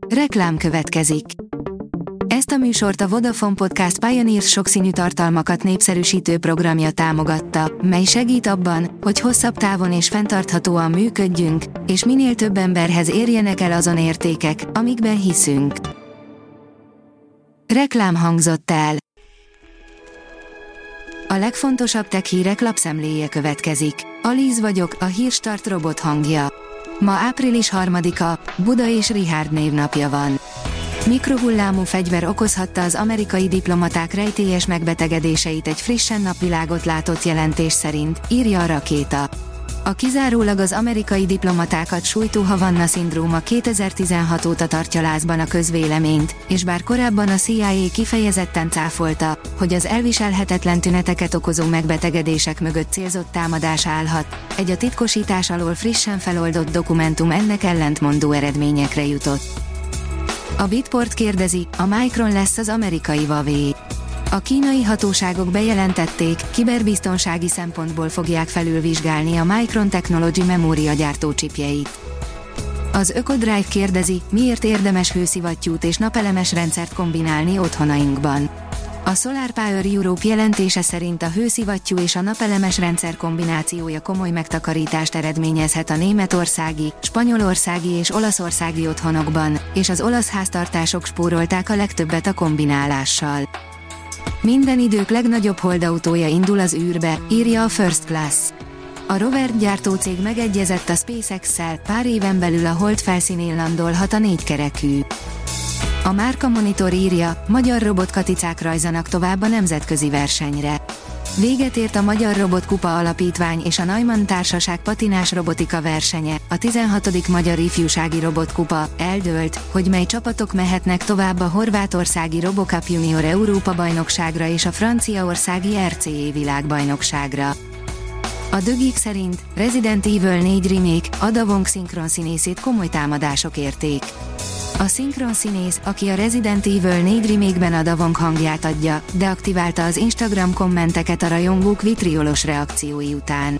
Reklám következik. Ezt a műsort a Vodafone Podcast Pioneers sokszínű tartalmakat népszerűsítő programja támogatta, mely segít abban, hogy hosszabb távon és fenntarthatóan működjünk, és minél több emberhez érjenek el azon értékek, amikben hiszünk. Reklám hangzott el. A legfontosabb tech hírek lapszemléje következik. Alíz vagyok, a Hírstart robot hangja. Ma április 3-a, Buda és Richárd névnapja van. Mikrohullámú fegyver okozhatta az amerikai diplomaták rejtélyes megbetegedéseit egy frissen napvilágot látott jelentés szerint, írja a Rakéta. A kizárólag az amerikai diplomatákat sújtó Havanna-szindróma 2016 óta tartja lázban a közvéleményt, és bár korábban a CIA kifejezetten cáfolta, hogy az elviselhetetlen tüneteket okozó megbetegedések mögött célzott támadás állhat, egy a titkosítás alól frissen feloldott dokumentum ennek ellentmondó eredményekre jutott. A Bitport kérdezi, a Micron lesz az amerikai Huawei. A kínai hatóságok bejelentették, kiberbiztonsági szempontból fogják felülvizsgálni a Micron Technology memóriagyártó csipjeit. Az Ökodrive kérdezi, miért érdemes hőszivattyút és napelemes rendszert kombinálni otthonainkban. A Solar Power Europe jelentése szerint a hőszivattyú és a napelemes rendszer kombinációja komoly megtakarítást eredményezhet a németországi, spanyolországi és olaszországi otthonokban, és az olasz háztartások spórolták a legtöbbet a kombinálással. Minden idők legnagyobb holdautója indul az űrbe, írja a First Class. A rovert gyártó cég megegyezett a SpaceX-szel, pár éven belül a hold felszínén landolhat a 4-kerekű. A Márka Monitor írja, magyar robotkaticák rajzanak tovább a nemzetközi versenyre. Véget ért a Magyar Robotkupa Alapítvány és a Neumann Társaság patinás robotika versenye, a 16. Magyar Ifjúsági Robotkupa, eldőlt, hogy mely csapatok mehetnek tovább a horvátországi RoboCup Junior Európa-bajnokságra és a franciaországi RCE világbajnokságra. A The Geek szerint Resident Evil 4 remake, Ada Wong szinkronszínészét komoly támadások érték. A szinkronszínész, aki a Resident Evil 4 remake-ben Ada Wong hangját adja, deaktiválta az Instagram kommenteket a rajongók vitriolos reakciói után.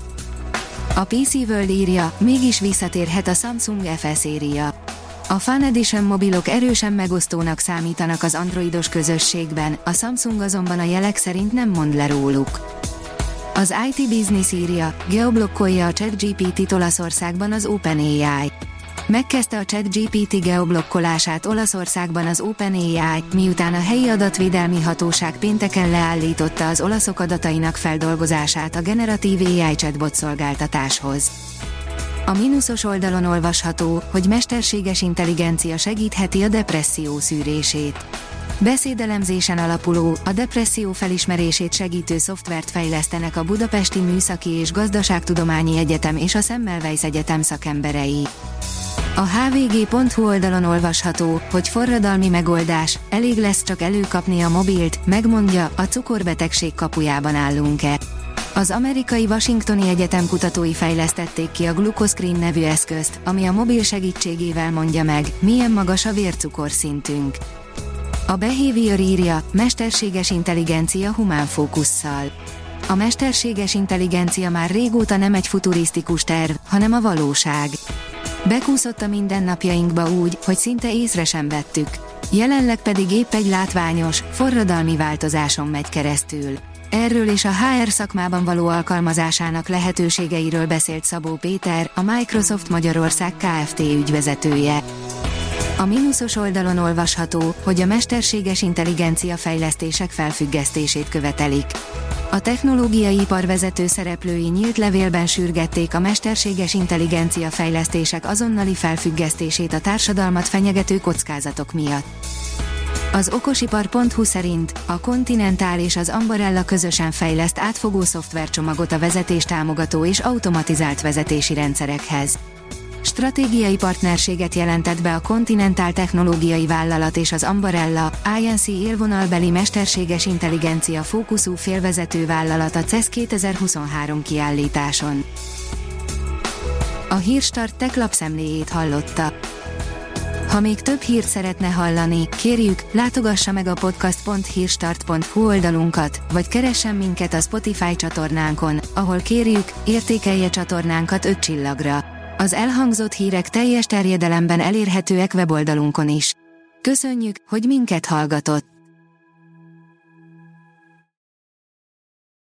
A PC World írja, mégis visszatérhet a Samsung FE széria. A Fan Edition mobilok erősen megosztónak számítanak az androidos közösségben, a Samsung azonban a jelek szerint nem mond le róluk. Az IT Business írja, geoblokkolja a ChatGPT-t Olaszországban az OpenAI. Megkezdte a ChatGPT geoblokkolását Olaszországban az OpenAI, miután a helyi adatvédelmi hatóság pénteken leállította az olaszok adatainak feldolgozását a generatív AI chatbot szolgáltatáshoz. A mínuszos oldalon olvasható, hogy mesterséges intelligencia segítheti a depresszió szűrését. Beszédelemzésen alapuló, a depresszió felismerését segítő szoftvert fejlesztenek a Budapesti Műszaki és Gazdaságtudományi Egyetem és a Semmelweis Egyetem szakemberei. A hvg.hu oldalon olvasható, hogy forradalmi megoldás, elég lesz csak előkapni a mobilt, megmondja, a cukorbetegség kapujában állunk-e. Az amerikai Washingtoni Egyetem kutatói fejlesztették ki a Glucoscreen nevű eszközt, ami a mobil segítségével mondja meg, milyen magas a vércukorszintünk. A Behavior írja, mesterséges intelligencia humán fókusszal. A mesterséges intelligencia már régóta nem egy futurisztikus terv, hanem a valóság. Bekúszott a mindennapjainkba úgy, hogy szinte észre sem vettük. Jelenleg pedig épp egy látványos, forradalmi változáson megy keresztül. Erről és a HR szakmában való alkalmazásának lehetőségeiről beszélt Szabó Péter, a Microsoft Magyarország Kft. Ügyvezetője. A mínuszos oldalon olvasható, hogy a mesterséges intelligencia fejlesztések felfüggesztését követelik. A technológiai ipar vezető szereplői nyílt levélben sürgették a mesterséges intelligencia fejlesztések azonnali felfüggesztését a társadalmat fenyegető kockázatok miatt. Az okosipar.hu szerint a Continental és az Ambarella közösen fejleszt átfogó szoftvercsomagot a vezetéstámogató és automatizált vezetési rendszerekhez. Stratégiai partnerséget jelentett be a Continental technológiai vállalat és az Ambarella, INC élvonalbeli mesterséges intelligencia fókuszú félvezető vállalat a CES 2023 kiállításon. A Hírstart tech lapszemléjét hallotta. Ha még több hírt szeretne hallani, kérjük, látogassa meg a podcast.hírstart.hu oldalunkat, vagy keressen minket a Spotify csatornánkon, ahol kérjük, értékelje csatornánkat 5 csillagra. Az elhangzott hírek teljes terjedelemben elérhetőek weboldalunkon is. Köszönjük, hogy minket hallgatott!